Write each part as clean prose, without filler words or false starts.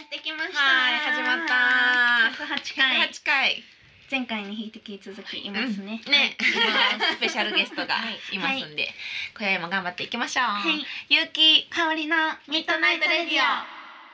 ってきました。 はい始まった 108回。 8回前回に引き続きいますね。 ね、スペシャルゲストがいますんで、今宵も頑張っていきましょう。 はいゆうき香りのミッドナイトレディオ。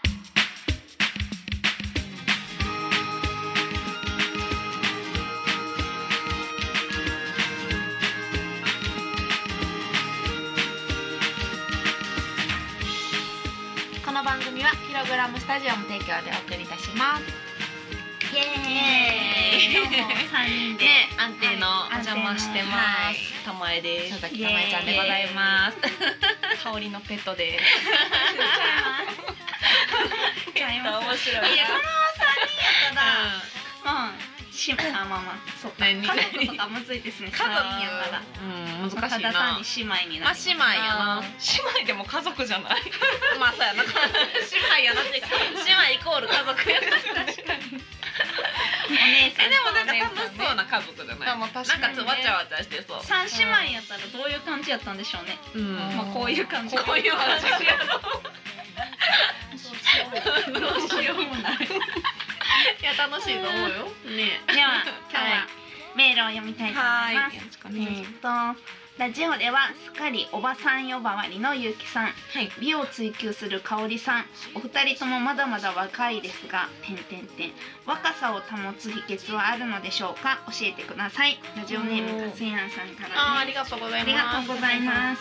この番組はキログラムスタジオの提供でお送りいたします。 イエーイ。どうも3人で。 ね、安定のはいお邪魔してまはいす。 玉江で佐す。 々木たまえちゃんでございます。 香りのペットでちゃいます。 面白い。 いやこの3人やったら、まあまあそうか。家何族とかむずいですね。 家族 3人やったら。 うん、難しいな。 ただ単に姉妹になまあります。 姉妹やな。 姉妹でも家族じゃない。 まあそうやな。姉妹やなっていうか、姉妹イコール家族やな。 確かに。お姉さんでもなんか楽しそうな家族じゃない。 あまあ確かにねなんかわちゃわちゃしてそう。 3姉妹やったらどういう感じやったんでしょうね。 うん。 まあこういう感じ。 こういう感じやろ。 どうしようもない。 いや楽しいと思うよ。ね。 では今日はメールを読みたいと思います。 よろしくお願いします。 ラジオではすっかりおばさん呼ばわりのゆうきさん、 はい。 美を追求するかおりさん、お二人ともまだまだ若いですが、若さを保つ秘訣はあるのでしょうか、教えてください。ラジオネームかすやんさんからあです。 りがとうございます。 ありがとうございます。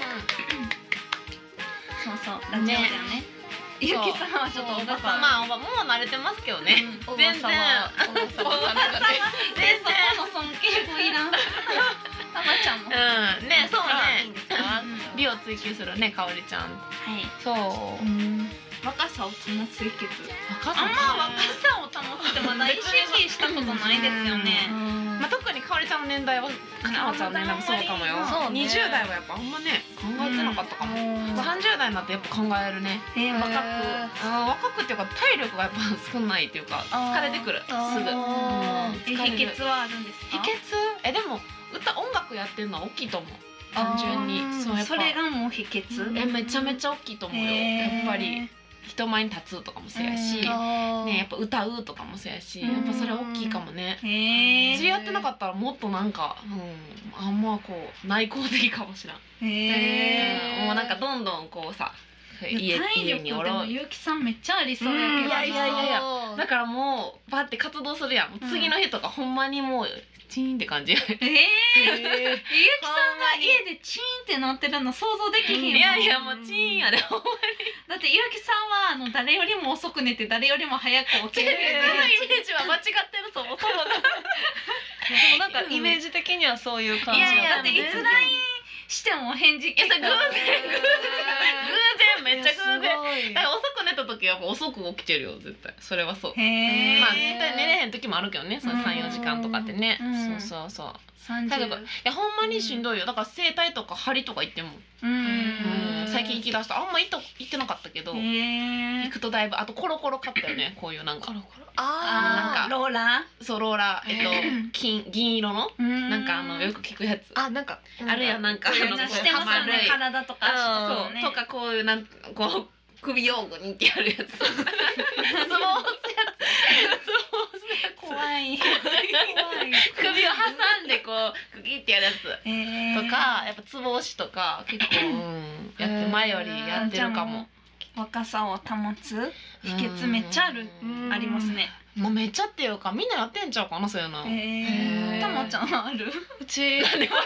そうそう、ラジオだよね。ゆうきさんはちょっとおばさん。 まあもう慣れてますけどね。全然。全然。 そこの尊敬語いらん。たまちゃんも。 うん、ね、そうねいいんですか。 美を追求するね、かおりちゃん。 はい。 そう。 若さを保つ秘訣。 若あんま若さを保つってまだ意識したことないですよね。 まあ特にかおりちゃんの年代は、かなちゃんの年代もそうかもよ。 そうね 20代はやっぱあんまね、考えてなかったかも。30代になってやっぱ考えるね。 若く。 若くっていうか体力がやっぱ少ないっていうか、疲れてくる。すぐ。 秘訣はあるんですか？ 秘訣？でも音楽やってるのは大きいと思う。単純に。そうやっぱ。 それがもう秘訣？ めちゃめちゃ大きいと思うよ。やっぱり。人前に立つとかもそうやし、ね、やっぱ歌うとかもそうやし、やっぱそれ大きいかもね。釣りやってなかったらもっとなんか、あんまこう内向的かもしらん。もうなんかどんどんこうさ、家におろう。 ゆうきさんめっちゃありそうやけど。 いやだからもうバって活動するやん。次の日とかほんまにもうチーンって感じ。 ゆうきさんが家でチーンってなってるの想像できへんもん。 いやもうチーンやでほんまに。 だってゆうきさんは誰よりも遅く寝て誰よりも早く起きる。 そのイメージは間違ってるそもそもが。 でもなんかイメージ的にはそういう感じ。 だっていつ LINE しても返事結構。 偶然めっちゃ偶然。だから遅く寝た時は遅く起きてるよ絶対。それはそう。まあ絶対寝れへん時もあるけどね。その3、4時間とかってね。そう。だからいやほんまにしんどいよ。だから整体とか針とか行っても。最近行きだした。あんま行ってなかったけど。行くとだいぶあとコロコロ買ったよね。こういうなんか。 なんかローラー。そうローラー銀色のなんかよく聞くやつ。 なんかあるやんなんかしてますよね。体とかそうとかこういうこう首用具にってやるやつ。 怖い。 首を挟んでこうクギってやるやつとかやっぱつぼ押しとか結構前よりやってるかも。 若さを保つ秘訣めっちゃありますね。 もうめっちゃっていうかみんなやってんちゃうかなそういうの。 たまちゃんある？ うち。 何で笑ってんの？何質問だ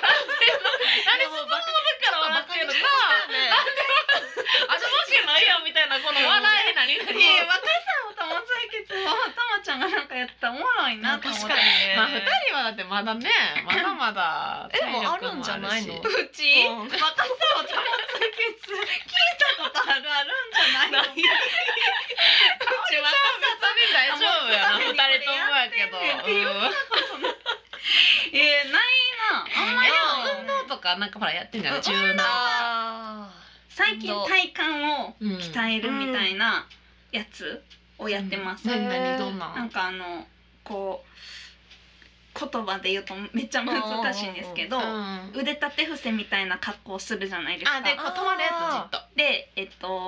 から笑ってんの？あじゃわけないやんみたいなこの笑い何？ 若さを保つ秘訣はたまちゃんがなんかやったらおもろいなと思って。 確かにね。 まあ2人はだってまだねまだでもあるんじゃないの？ うち若さを保つ秘訣聞いたことあるんじゃないの？うち若さ大丈夫やな2人ともやけど。 ないな。あんまり運動とかなんかほらやってんじゃん柔軟とか。 最近体幹を鍛えるみたいなやつをやってます。 何どんな？ なんかこう言葉で言うとめっちゃ難しいんですけど、腕立て伏せみたいな格好をするじゃないですか。 でこう止まるやつじっと。 で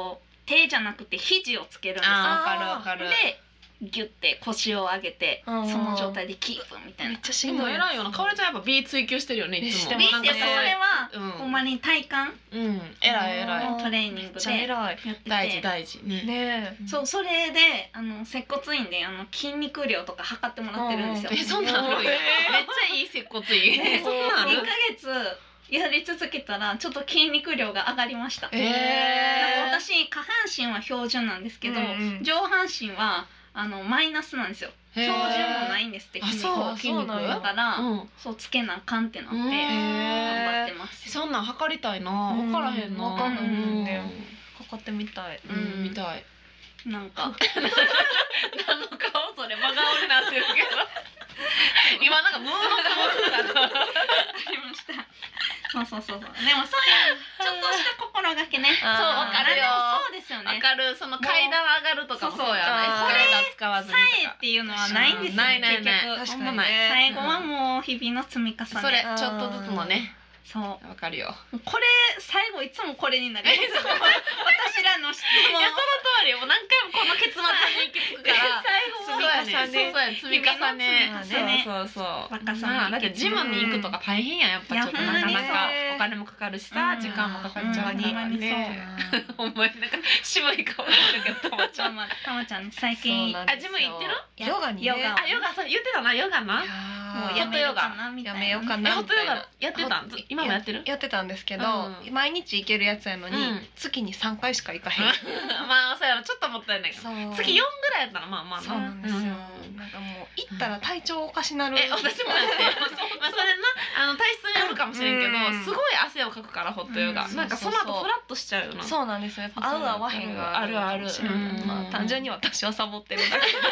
手じゃなくて肘をつけるんですよ。 わかるわかる。 でギュって腰を上げてその状態でキープみたいな。 めっちゃしでんどい。 も偉いよな。かおりちゃんやっぱ美追求してるよねいつも。 美っていうかそれはうんほんまに体幹偉い偉い。 トレーニングめっちゃで偉い。 やってて大事大事ね。 ねそうそれで接骨院で筋肉量とか測ってもらってるんですよ。 そんなんあるよ。めっちゃいい接骨院。そんなんあ 2 るヶ。月やり続けたらちょっと筋肉量が上がりました。なんか私下半身は標準なんですけど、上半身はマイナスなんですよ。標準もないんですって筋肉。 筋肉だからそうつけなあかんってなって頑張ってます。 そんなん測りたいな。分からへんな。 分かんないね。測ってみたい。 見たい。 なんか何の顔それ真顔になってるけど。今なんか無の顔だった。 ありました。そうでもそういうちょっとした心がけね。 そうわかるよ。 そうですよね。 わかる。その階段上がるとかもそうやね。 これ使わずにさえっていうのはないんですよ。 ない結局確かにね。 最後はもう日々の積み重ね。 それちょっとずつのね。 そうわかるよ。 これ最後いつもこれになります。私らの質問。 いやその通り。もう何回もこの結末に行き着くから最後は積み重ね。そう若さのだってジムに行くとか大変やんやっぱちょっとなかなかお金もかかるしさ時間もかかっちゃうからね。ほんまになんか渋い顔してるけどたまちゃんね最近ジム行ってる？ ヨガにね。 ヨガそう言ってたなヨガな。 もうやめようかなみたいな。 やめようかなホットヨガやってたん？今もやってる？ やってたんですけど毎日行けるやつやのに月に3回しか行かへん。 まあそうやなちょっともったいないけど月4ぐらいやったらまあまあそうなんですよ。なんかもう行ったら体調おかしなる。 私もやってまあそれな体質によるかもしれんけどすごい汗をかくからホットヨガなんかその後フラッとしちゃうよな。 そうなんですよ。やっぱ合う合わへんがあるかもしれない。まあ単純に私はサボってるだけです。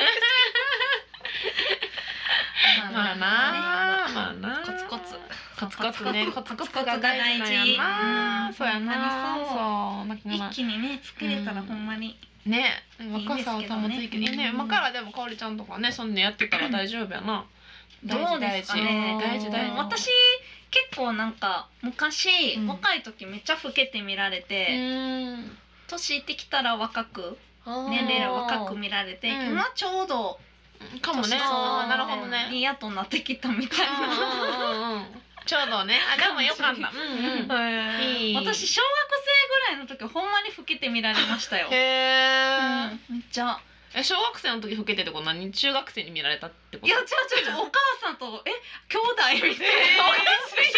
まあなコツコツねコツコツが大事なんやな。そうやな。そう一気にね作れたらほんまにね若さを保ついけどね。今からでもかおりちゃんとかねそんなやってたら大丈夫やな。 どうですかね。 大事私結構なんか昔若い時めっちゃ老けて見られて年いってきたら若く年齢が若く見られて今ちょうどかもね。なるほどね。 ニヤとなってきたみたいな。 ちょうどね。でもよかった。 私小学生ぐらいの時ほんまに老けて見られましたよ。 へえ。 めっちゃ。 小学生の時老けてってこと何？中学生に見られたってこと？ いや違うお母さんと兄弟みたいな。絶対おかしい。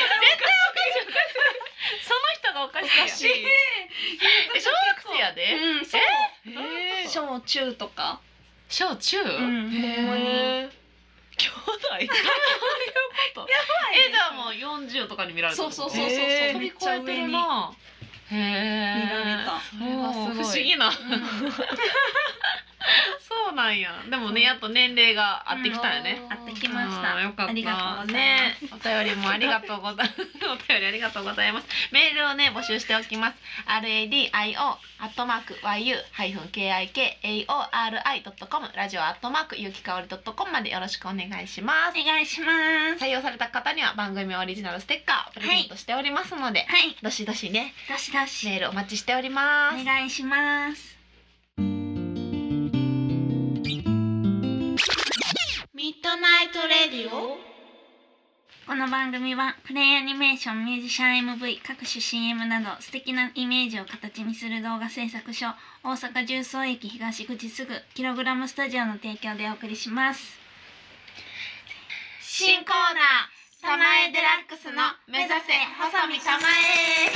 その人がおかしい。小学生やで。 小中とか。 小中？ ほんまに。 兄弟？ じゃあもう40とかに見られた。 そう飛び越えてるな。へえ。 見られた。 それはすごい不思議な。そうなんや。でもねやっと年齢が合ってきたよね。 合ってきました。 よかった。 ありがとうございます。 ね、お便りもありがとうございます。お便りありがとうございます。メールをね募集しておきます。radio@yu-kikaori.com ラジオ@ゆきかおり.com までよろしくお願いします。 お願いします。 採用された方には番組オリジナルステッカーをプレゼントしておりますので、どしどしねどしどしメールお待ちしております。 お願いします。ミッドナイトレディオ。この番組はプレイアニメーション、ミュージシャン MV、各種 CM など素敵なイメージを形にする動画制作所、大阪十三駅東口すぐキログラムスタジオの提供でお送りします。新コーナー、たまえデラックスの目指せ細見たまえ。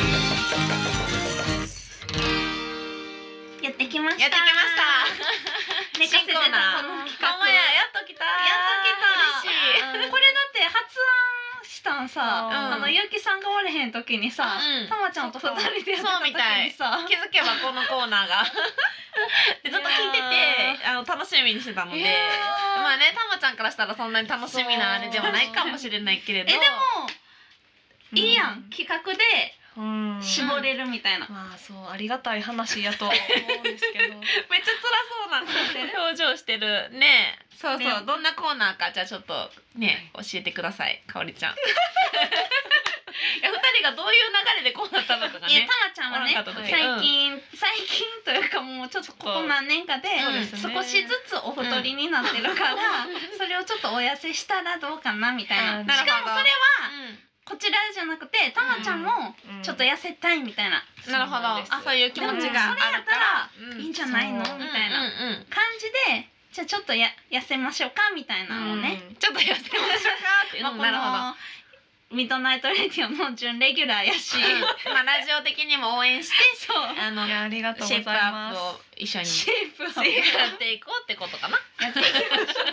やってきました。寝かせてたこの企画。 やっと来た。 嬉しい。これだって発案したんさ、ゆうきさんがおれへん時にさ、たまちゃんと2人でやってた時にさ、 気づけばこのコーナーがずっと聞いてて楽しみにしてたので、まあねたまちゃんからしたらそんなに楽しみなあれではないかもしれないけれど、 でもいいやん、企画で絞れるみたいな。 まあそうありがたい話やと思うんですけどめっちゃ辛そうな表情してるね。そうどんなコーナーかじゃあちょっとね教えてくださいかおりちゃん。 人がどういう流れでこうなったのかがね。 たまちゃんはね分かった時最近というかもうちょっとここ何年かでそうですね少しずつお太りになってるからそれをちょっとお痩せしたらどうかなみたいな。しかもそれはこちらじゃなくてたまちゃんもちょっと痩せたいみたいな。 なるほど。あ、そういう気持ちがあるからいいんじゃないのみたいな感じで、じゃあちょっと痩せましょうかみたいなのをね、 ちょっと痩せましょうかって。なるほど。 ミッドナイトレディオの準レギュラーやし、 まあラジオ的にも応援してそう、 ありがとうございます。 シェイプアップを一緒にシェイプアップやっていこうってことかな。 やっていきましょ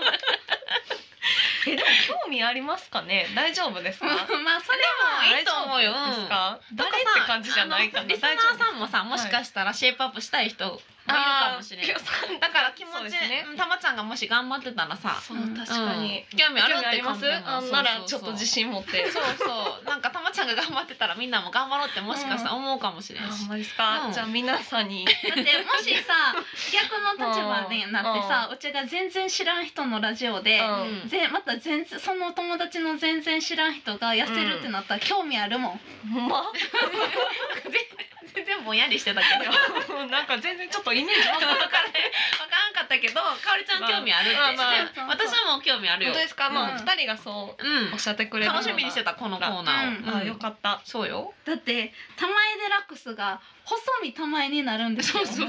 でも興味ありますかね。大丈夫ですか。 まあそれもいいと思うよ。 ですか。誰って感じじゃないかな。 リスナーさんもさ、もしかしたらシェイプアップしたい人もいるかもしれない。だから気持ちたまちゃんがもし頑張ってたらさ、 そう確かに興味あるって感じ。 ならちょっと自信持って。 そうそう。なんかたまちゃんが頑張ってたらみんなも頑張ろうってもしかしたら思うかもしれないし。 ほんまですか。じゃあ皆さんに。 だってもしさ逆の立場になってさ、うちが全然知らん人のラジオでまた全然そのお友達の全然知らん人が痩せるってなったら興味あるもん。 ほんま。 全然ぼんやりしてたけど、 なんか全然ちょっとイメージわからんかったけど、かおりちゃん興味あるって。私も興味あるよ。 本当ですか。まあ二人がそうおっしゃってくれる。 楽しみにしてたこのコーナーを。 あ、よかった。 そうよ。 だって玉江デラックスが細身玉江になるんですよ。 そう。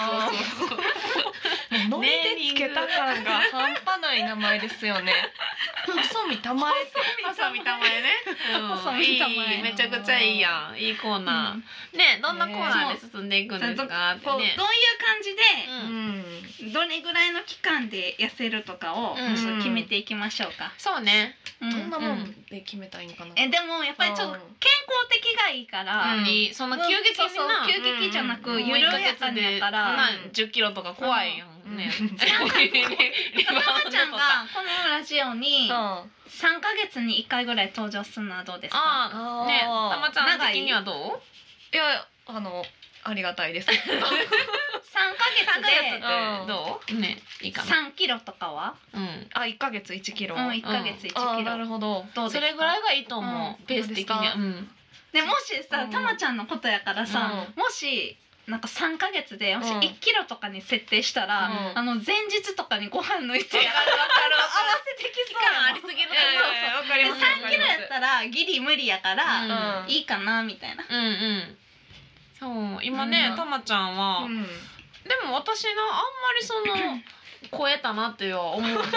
ノリでつけた感が半端ない名前ですよね。細身玉江。 細身玉江ね。 細身玉江。 めちゃくちゃいいやん。いいコーナー。ね、どんなコーナーで進んでいくんですかってね。 どういう感じでどれぐらいの期間で痩せるとかを決めていきましょうか。 そうね。 どんなもんで決めたらいいのかな。 でもやっぱりちょっと健康的がいいから、 その急激な急激じゃなく緩やかにやったら 10キロとか怖いやんね。 たまちゃんがこのラジオに3ヶ月に1回ぐらい登場するのはどうですか。 ね、たまちゃん的にはどう？ いやありがたいです。3ヶ月でどう？ね、いいかな。 3キロとかは ？1ヶ月1キロ。 1ヶ月1キロ。 なるほど。 それぐらいがいいと思う。ペース的には。 でもしさ、たまちゃんのことやからさ、もしなんか3ヶ月でもし1キロとかに設定したら、前日とかにご飯抜いて合わせてきそうありすぎる。 そうそう。3キロやったらギリ無理やからいいかなみたいな。 そう、今ね、たまちゃんはでも私のあんまりその超えたなっていう思う。超え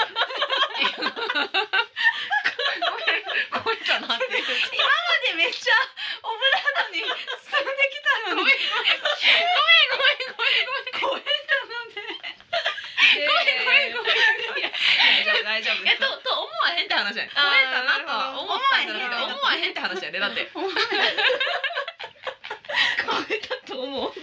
たなって。 今までめっちゃオブラートに進んできたのに。ごめん。超えたので。 大丈夫。 と思わへんって話やね。超えたなとは思ったんじゃなくて思わへんって話やで。だって。 超えたと思う。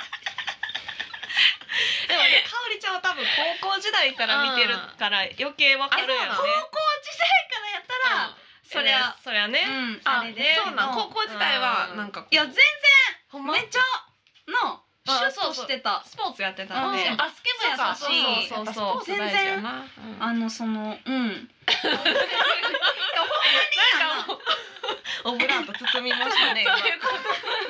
でもね、かおりちゃんは多分高校時代から見てるから余計わかるよね。 高校時代からやったらそりゃね。 あれで。 そうなん。高校時代はなんかいや全然めっちゃシュッとしてた。 スポーツやってたんで。 バスケ部やったし、 そう全然そのほんまにオブラート包みましたね。 そういうこと。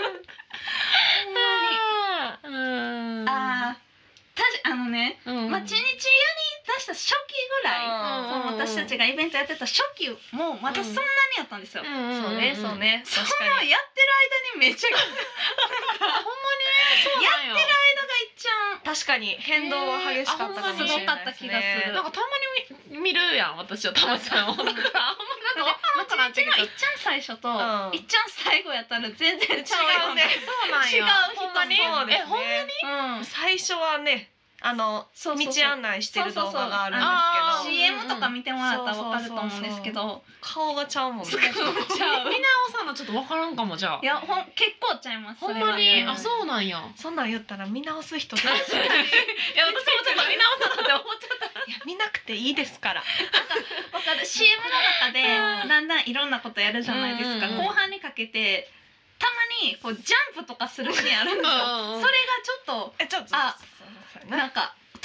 町日湯に出した初期ぐらい、私たちがイベントやってた初期もまだそんなにやったんですよ。 そうね。 そのやってる間にめっちゃほんまにやってる間がいっちゃん確かに変動は激しかったかもしれないですね。 すごかった気がする。 なんかたまに見るやん私はたまちゃんを。なんか町日のいっちゃん最初といっちゃん最後やったら全然違うよね。 そうなんや。 ほんまに。 ほんまに。最初はね。道案内してる動画があるんですけど CM とか見てもらったら分かると思うんですけど顔がちゃうもんね。 みなおさんのちょっと分からんかもじゃあ。 いや結構ちゃいます。 ほんまにそうなんや。 そんなん言ったら見直す人いや私もちょっと見直さなって思っちゃった。 いや見なくていいですから。 分かる。 CM の中でだんだんいろんなことやるじゃないですか。後半にかけてたまにこうジャンプとかするシーンあるんですよ。それがちょっとなんか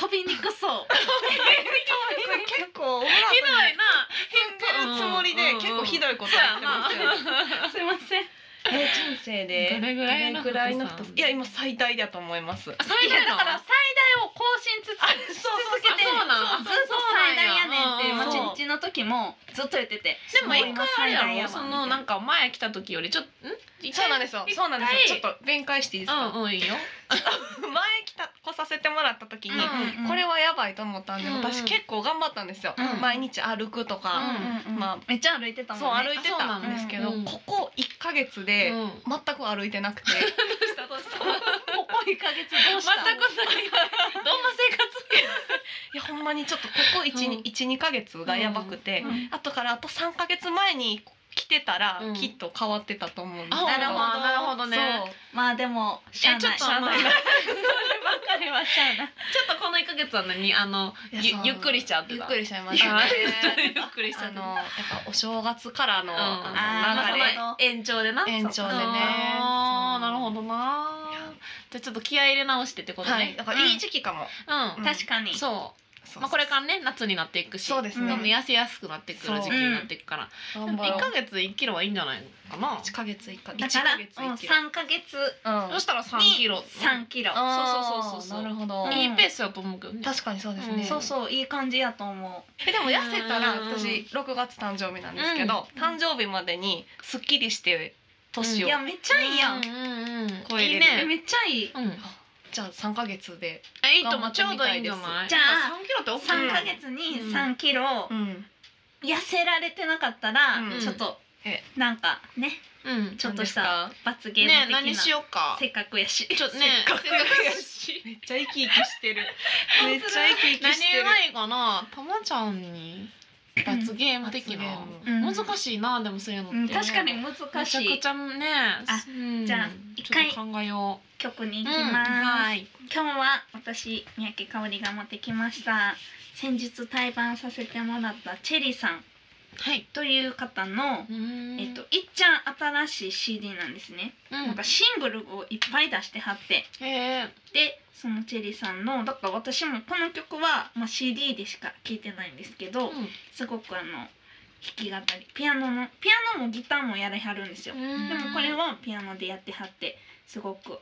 飛びにくそう。 結構オブラーひどいな。 トに包んでるつもりで結構ひどいことやってますよ。 すいません。 人生でどれぐらいの太さ？ いや今最大だと思います。 最大だから最大を更新し続けてる。 そうなんずっと最大やねんってそうまちんちの時もずっと言ってて。 でも一回あれやろ、 もう今そのなんか前来た時よりちょっとそうなんですよ。そうなんですよ。ちょっと弁解していいですか。 いいよ。 前来させてもらった時にこれはやばいと思ったんで、私結構頑張ったんですよ。毎日歩くとか、まあめっちゃ歩いてたもんね。 そう歩いてたんですけど、ここ1ヶ月で全く歩いてなくて。 どうしたここ1ヶ月どうした？ 全くない。どんな生活？ いやほんまにちょっとここ1-2ヶ月がやばくて、後からあと3ヶ月前に来てたらきっと変わってたと思うんですけど。 なるほどね。 まあでもしゃあない。 ちょっとそればっかりはしゃあない。 ちょっとこの1ヶ月は何ゆっくりしちゃってた。 ゆっくりしちゃいましたね。 ゆっくりしちゃってた。 やっぱお正月からの流れ延長でな。 延長でね。 なるほどな。じゃあちょっと気合い入れ直してってことね。 だからいい時期かも。 確かに。 そう。まあこれからね夏になっていくし、どんどん痩せやすくなってくる時期になっていくから、1ヶ月1キロはいいんじゃないかな。 1ヶ月1ヶ月。だから3ヶ月。 そしたら3キロ。 3キロ。 そう。 なるほど。 いいペースやと思うけどね。 確かにそうですね。 そういい感じやと思う。 でも痩せたら私6月誕生日なんですけど、誕生日までにすっきりして年を。 いやめっちゃいいやん。 超えれる。 めっちゃいい。 じゃあ3ヶ月でいいと思う。ちょうどいいんじゃない？ じゃあ 3キロって大きい。 3ヶ月に3キロ痩せられてなかったらちょっとなんかねちょっとした罰ゲーム的な。 何しようか。 せっかくやし。 ちょっとねせっかくやし。 めっちゃ生き生きしてる。めっちゃ生き生きしてる。 何がいいかな。たまちゃんに罰ゲーム的な。難しいなでもそういうのって。 確かに難しい。 めちゃくちゃね。 じゃあ一回考えよう。 曲に行きます。今日は私三宅香織が持ってきました。先日対バンさせてもらったチェリさんという方のいっちゃん新しい CD なんですね。なんかシングルをいっぱい出してはって、でそのチェリさんのだから私もこの曲はCD でしか聴いてないんですけど、すごく弾き語りピアノもギターもやらはるんですよ。でもこれはピアノでやってはって。すごく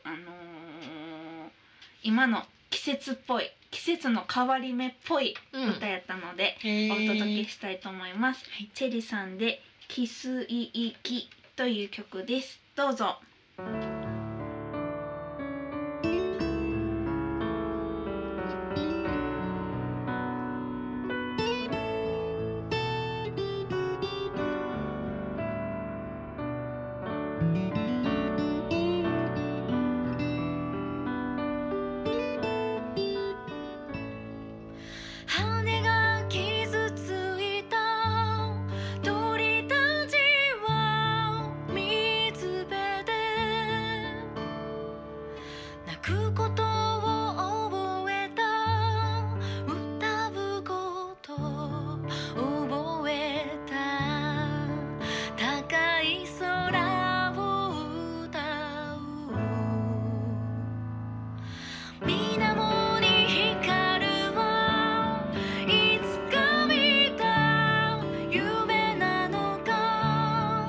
今の季節っぽい季節の変わり目っぽい歌やったので、お届けしたいと思います。チェリさんで「キスイイキ」という曲です。どうぞ。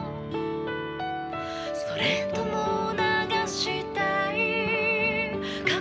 それとも流したい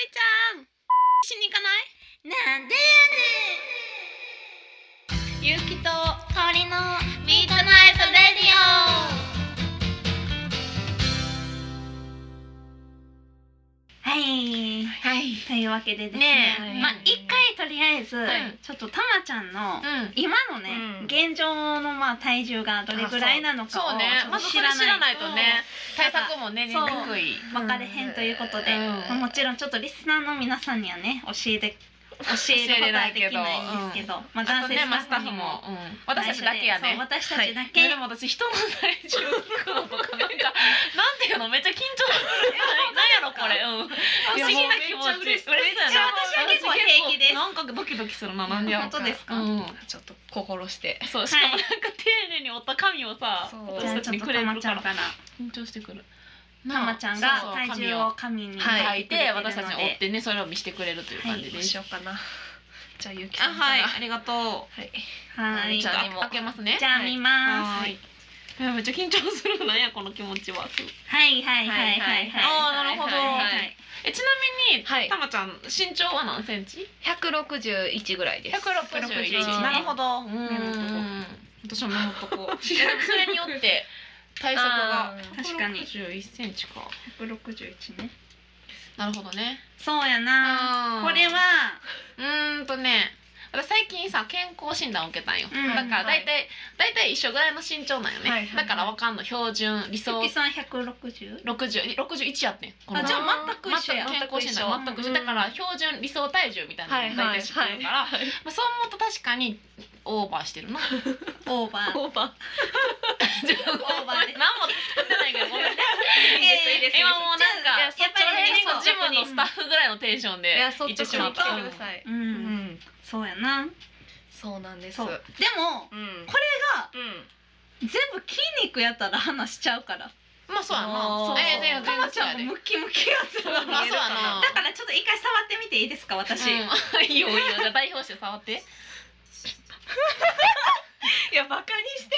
りちゃんしに行かない？ なんでゆうきと香りのミートナイトレディオ。はいはいというわけでですねね、まあ一回とりあえず、 いちょっとたまちゃんのうん今のね、現状のまあ体重がどれぐらいなのかをそうねちょっとまずそれ知らないとね対なんか策もねそうにくい分かれへんということで、 うんまあもちろんちょっとリスナーの皆さんにはね教えることはできないんですけど、まあ男性あとねまあスタッフにも私たちだけやねそう私たちだけ、 でも私人の体重聞くのとかなんていうのめっちゃ緊張するなんやろこれ不思議な気持ち嬉しそうやな私は結構平気ですなんかドキドキするななんでやろ本当ですか？ ちょっと心してそうしかもなんか丁寧に折った髪をさじゃあ私たちにくちょっとたまれるからちゃんから緊張してくるたまちゃんが体重を紙に書書いいてくれてるのて私たちに折っで、 てねそれを見せてくれるという感じどうですしようかな。じゃあゆうきさあんからはいありがとうはいはいじゃあにも開けますねじゃあ見ます。 はいめっちゃ緊張するなんやこの気持ちははいはいはいはいはい。 あーなるほどはいちなみにはいたまちゃん身長は何センチ 161ぐらいです。 161なるほど私もメモっとこうそれによって体側が確かに 161センチか 161ね。 なるほどねそうやな。これはね私最近さ健康診断を受けたんよ、 うんだからだいたい一緒ぐらいの身長なんよね、 はいはいはいだからわかんの標準理想ゆきさん160？ 61やってんこのあじゃあ全く一緒や。 健康診断全く一緒だから標準理想体重みたいなの大体知ってるから、まあ、そう思うと確かにオーバーしてるなオーバー。 オーバー。 オーバーです。 何も作ってないけどごめんねいいです今もうなんかやっぱりねトレーニングジムのスタッフぐらいのテンションで行ってしまったください。 うんそうやな。 そうなんです。 そうでもうん。 これが全部筋肉やったら話しちゃうから。 まあそうやなそう全然たまちゃんもムキムキやつが見えるかまあそうやなら。だからちょっと一回触ってみていいですか私。 いいよいいよじゃあ代表して触っていやバカにして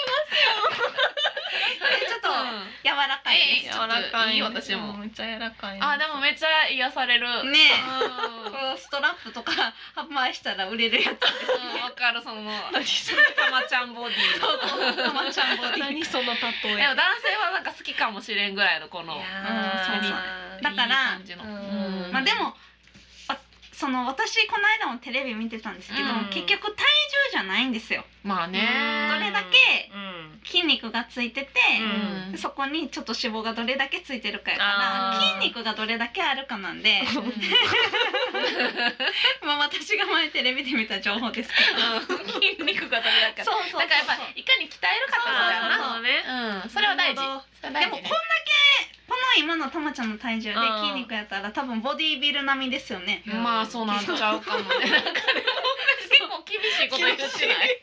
ちょっと柔らかいです。 ちょっといい私もめっちゃ柔らかい。 あでもめっちゃ癒されるねえ。こうストラップとか販売したら売れるやつですね。 わかるそのたまちゃんボディたまちゃんボディ。 何その例え。 でも男性はなんか好きかもしれんぐらいのこのいやそうだからいい感じのまあでもその私この間もテレビ見てたんですけど、結局体重じゃないんですよ。 まあねどれだけ筋肉がついてて、そこにちょっと脂肪がどれだけついてるかやから筋肉がどれだけあるかなんでまあ私が前テレビで見た情報ですけど筋肉がどれだけそうそうそうだからやっぱいかに鍛えるかってことだよなそうね。 それは大事でもこんだけこの今のたまちゃんの体重で筋肉やったら多分ボディービル並みですよね。 まあそうなっちゃうかもねなんかでも結構厳しいこと言ってない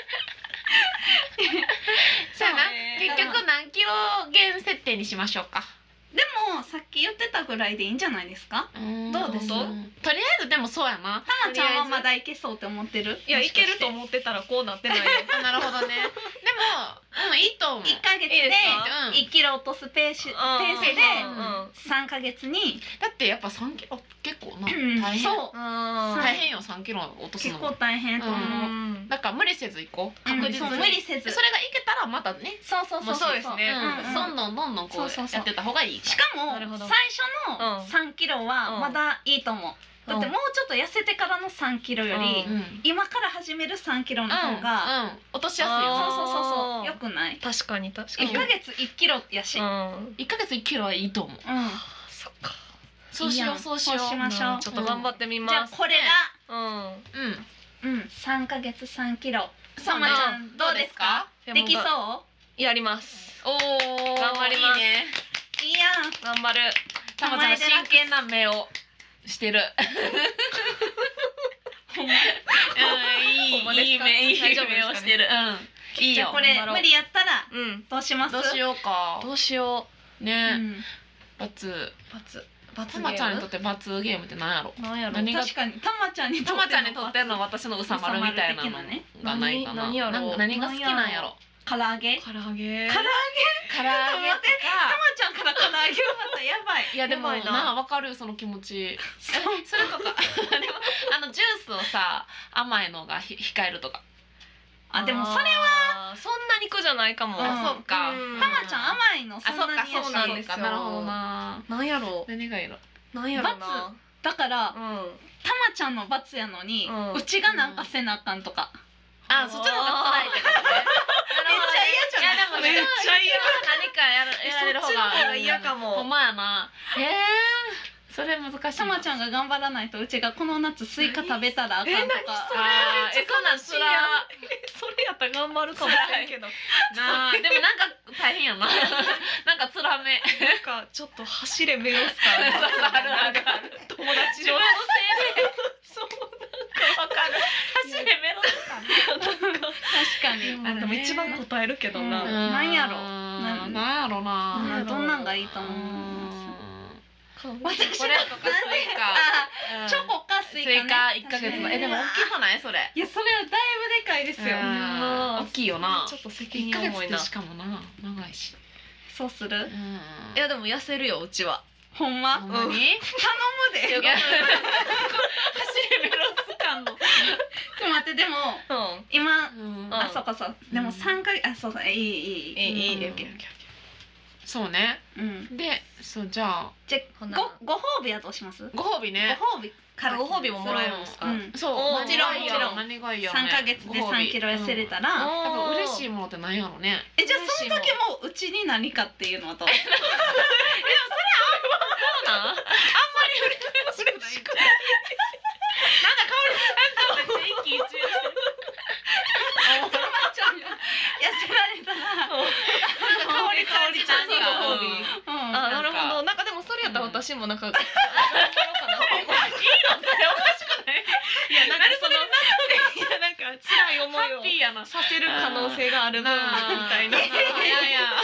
そうやな結局何キロ減設定にしましょうか。 でもさっき言ってたぐらいでいいんじゃないですか？どうです？ とりあえずでもそうやなたまちゃんはまだいけそうって思ってる？ いやいけると思ってたらこうなってないよ。 あなるほどねでもいいと思う 1ヶ月でいいです 1キロ落とすペースで3ヶ月にだってやっぱ3キロ結構なうん大変そう大変よ3キロ落とすの結構大変と思う。 だから無理せず行こう確実そうに無理せずそれがいけたらまたねそうそうそうそうですねどんどんこうそうそうそうやってた方がいいしかもなるほど最初の3キロはまだいいと思う。だってもうちょっと痩せてからの3キロより今から始める3キロの方が落としやすいそうよそうそうそうよくない？ 確かに確か 1 に。 ヶ月1キロやし。うん。 1ヶ月1キロはいいと思うそっか。 そうしようそうしようそうしましょう。 ちょっと頑張ってみます。 じゃあこれうん。 が3ヶ月3キロ。 そうねさまちゃんどうですか？できそう？ やります。 おー頑張りますいいねいいやん。 頑張る。 たまちゃん真剣な目をしてるほんまいほんまですかい目大丈夫ですかねをしてるいいよじゃあこれ頑張ろう無理やったらうん。 どうします？ どうしようかどうしよねうん罰う。罰たまちゃんにとって罰ゲームって何やろなんやろ。 何が確かにたまちゃんにたまちゃんにとっての私のうさまるみたいなのがないかな何やろ何が好きなんやろ唐揚げ唐揚げ唐揚げとかちゃんから唐揚げはまたやばい。 いやでもやばいなな分かるその気持ちそれとかでもジュースをさ甘いのが控えるとかあでもそれはそんなに苦じゃないかも。 あそっかたまちゃん甘いのそんなにやしそうなんですよなるほどななんやろ何がいいのなんやろな。 だからうん。 たまちゃんの罰やのに、ううんちがなんかせなあかんとか、 あそっちの方が辛いってことねめっちゃ嫌じゃないいやでもめっちゃ嫌何かやられる方そっちの方がが嫌かもほんまやなそれ難しいなたまちゃんが頑張らないとうちがこの夏スイカ食べたらあかんとかあーそんなんつらそれやったら頑張るかもしれんけど。 なあでもなんか大変やななんかつらめなんかちょっと走れメロスターあるあるある友達の自分のせいでそうわかる走れメロスかね確かに、 なんか一番答えるけどな。 なんやろなんやろなどんなんがいいと思う。私これとかスイカチョコかスイスイカね。 カ1ヶ月のでも大きくないそれいやそれはだいぶでかいですよ。 大きいよなちょっと責 1ヶ月任重いな。 ってしかもな長いしそうする？ いやでも痩せるようちは。 ほんま？ ほんまに頼むで。 いや走れメロス感のちょっと待ってでもうん。 今あそうかそうでも3ヶ月そういいいいうんそうねうんでそうじゃあじゃほなご褒美はどうします？ ご褒美ねご褒美からご褒美ももらえるんですか？ うんそうもちろん何がいいやろ何がいいやろね 3ヶ月で3キロ痩せれたらやっぱ嬉しい。 いものって何やろねじゃあその時もうちに何かっていうのはどう？ そうなんあんまり嬉しくないなんだ香りさんとめっちゃ一喜一憂ちゃんが痩せられたら香りちゃんにがご褒美あ、なるほど。なんかでもそれやったら私もなんか頑張ろうかな。 いいのそれおかしくないいやなんかそのいやなんか辛い思いをハッピーやなさせる可能性がある分みたいな。 いやいや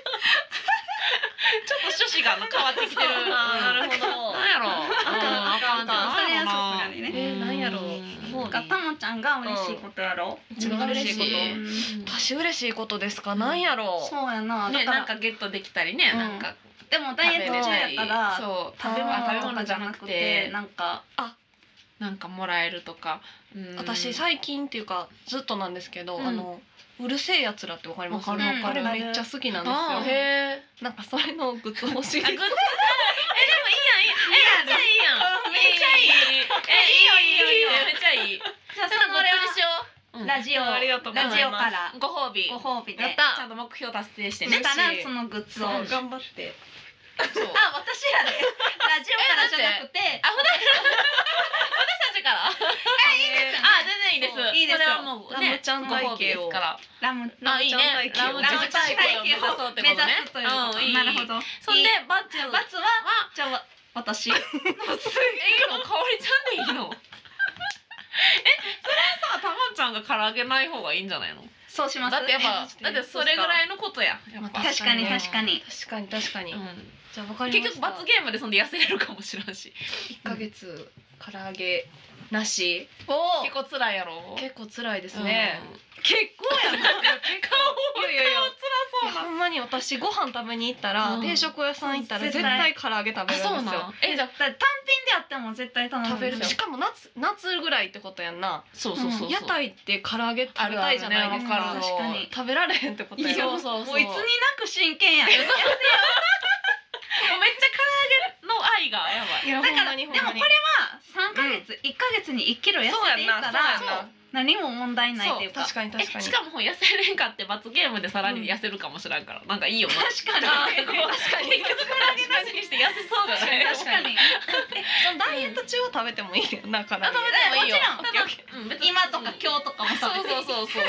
ちょっと趣旨が変わってきてるなるほど。 なんやろあかんそれはさすがにねなんやろう。 なんかたまちゃんが嬉しいことやろ。 一番嬉しいこと。私嬉しいことですか。なんやろう。 そうやな。 ね、 だからなんかゲットできたりね、なんかでもダイエット中やったらそう食べ物とかじゃなく食べ物じゃなくててなんかなんかもらえるとか、 私最近っていうかずっとなんですけど、うるせえやつらってわかります？ わかるわかるあれめっちゃ好きなんですよ。 へえ。 なんかそれのグッズ欲しいです。 でもいいやんいいやん。めっちゃいいやん。めっちゃいい。いいよめっちゃいい。 じゃあそのグッズにしよう。 ラジオありがとうございますラジオからご褒美。 ご褒美でやった。ちゃんと目標達成してね。 したらそのグッズを頑張って。 そう。 あ、私やで。ラジオからじゃなくて、 あ、私たちから。あ、全然いいです。 いいですよそれはもうラムちゃんご褒美ですから。 ラムあ、いいね。ラムちゃん体型を目指そうってことね。 目指すということ。 いいなるほど。 そんでバツバツはじゃあ私。 いいの香りちゃんでいいの。それはさ、たまちゃんが唐揚げない方がいいんじゃないの？ そうします。 だってやっぱだってそれぐらいのことや。やっぱ確かに確かに。 確かに。じゃあわかりました。 結局罰ゲームでそんで痩せれるかもしれんし。 1ヶ月唐揚げなし。 結構辛いやろ。 結構辛いですね。 結構やな。 いやほんまに私ご飯食べに行ったら定食屋さん行ったら絶対唐揚げ食べるんですよ。 じゃ単品であっても絶対頼むんですよ。 食べる。しかも夏ぐらいってことやんな。 そう。 屋台って唐揚げ食べたいじゃないですか。 確かに食べられへんってことやん。 そう。 もういつになく真剣やん。 めっちゃ唐揚げの愛がやばい。 いやだからでもこれは3ヶ月1ヶ月に1キロ痩せていったら何も問題ないっていうか。 確かに確かに。 しかも痩せれんかって罰ゲームでさらに痩せるかもしれんからなんかいいよな。 確かに。 結局唐揚げなしにして痩せそうだね。 確かに。 そのダイエット中は食べてもいいよな唐揚げ。 食べてもいいよ。 もちろん今とか今日とかも食べていい。 そう。罰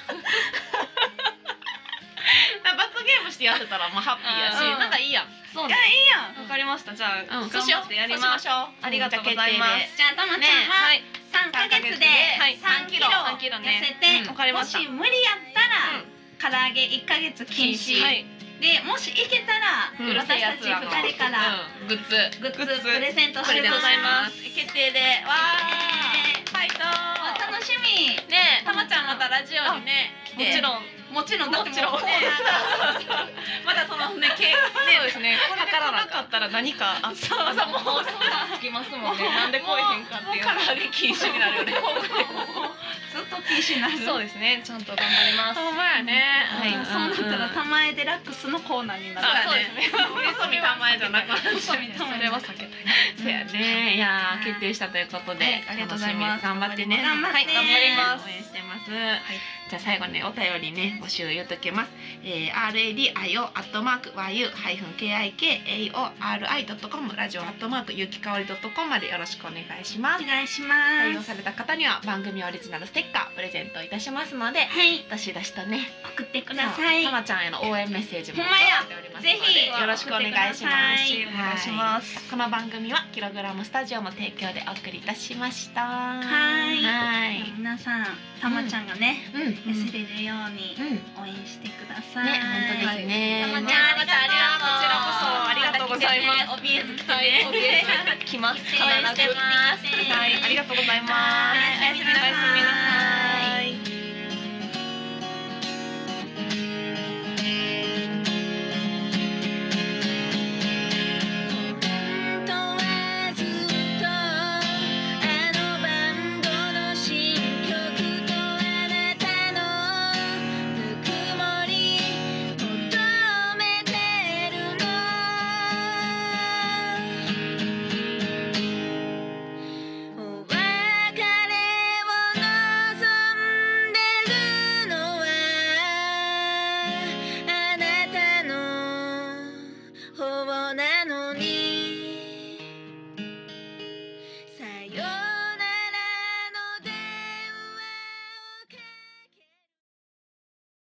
ゲームして痩せたらまあハッピーやしなんかいいやん。 そうね。 いいやん。 わかりました。じゃあそうしよう。 やりましょう。ありがとうございます。 じゃあたまちゃんは3ヶ月で3キロ 3キロ痩ねせて、 わかりました。 もし無理やったら唐揚げ1ヶ月禁止で、もしいけたら私たち2人からグッズプレゼントしてございます。決定でわーファイト楽しみ。 ねえたまちゃんまたラジオにね来てもちろんもちろんだってもうねまだそのねそうですね。これで来なかったら何かあったらもう放送がつきますもんね。なんで来えへんかっていう。 唐揚げ禁止になるよね。 ずっと禁止になる。 そうですね。ちゃんと頑張ります。 ほんまやね。 そうなったら玉江デラックスのコーナーになる。 そうですね。 嘘み玉江じゃなくなっちゃう。 それは避けたい。 そうやね。いや決定したということで、 ありがとうございます。 頑張ってね。 頑張って。 はい、頑張ります。 応援してます。じゃあ最後ねお便りね募集言うときます。radio@yu-kikaori.com ラジオゆきかおり .com までよろしくお願いします。 お願いします。 採用された方には番組オリジナルステッカープレゼントいたしますので、どしどしとね送ってください。 たまちゃんへの応援メッセージもほんまやておりますのぜひでよろしくお願いします。 お願いします。 この番組はキログラムスタジオの提供でお送りいたしました。 はい皆さんたまちゃんがね痩せれるように応援してください。 ね本当ですね。 たまちゃんありがとう。 こちらこそありがとうございます。 おびえず来てね。 おびえず来ます。必ず。はい、ありがとうございます。 おやすみなさい。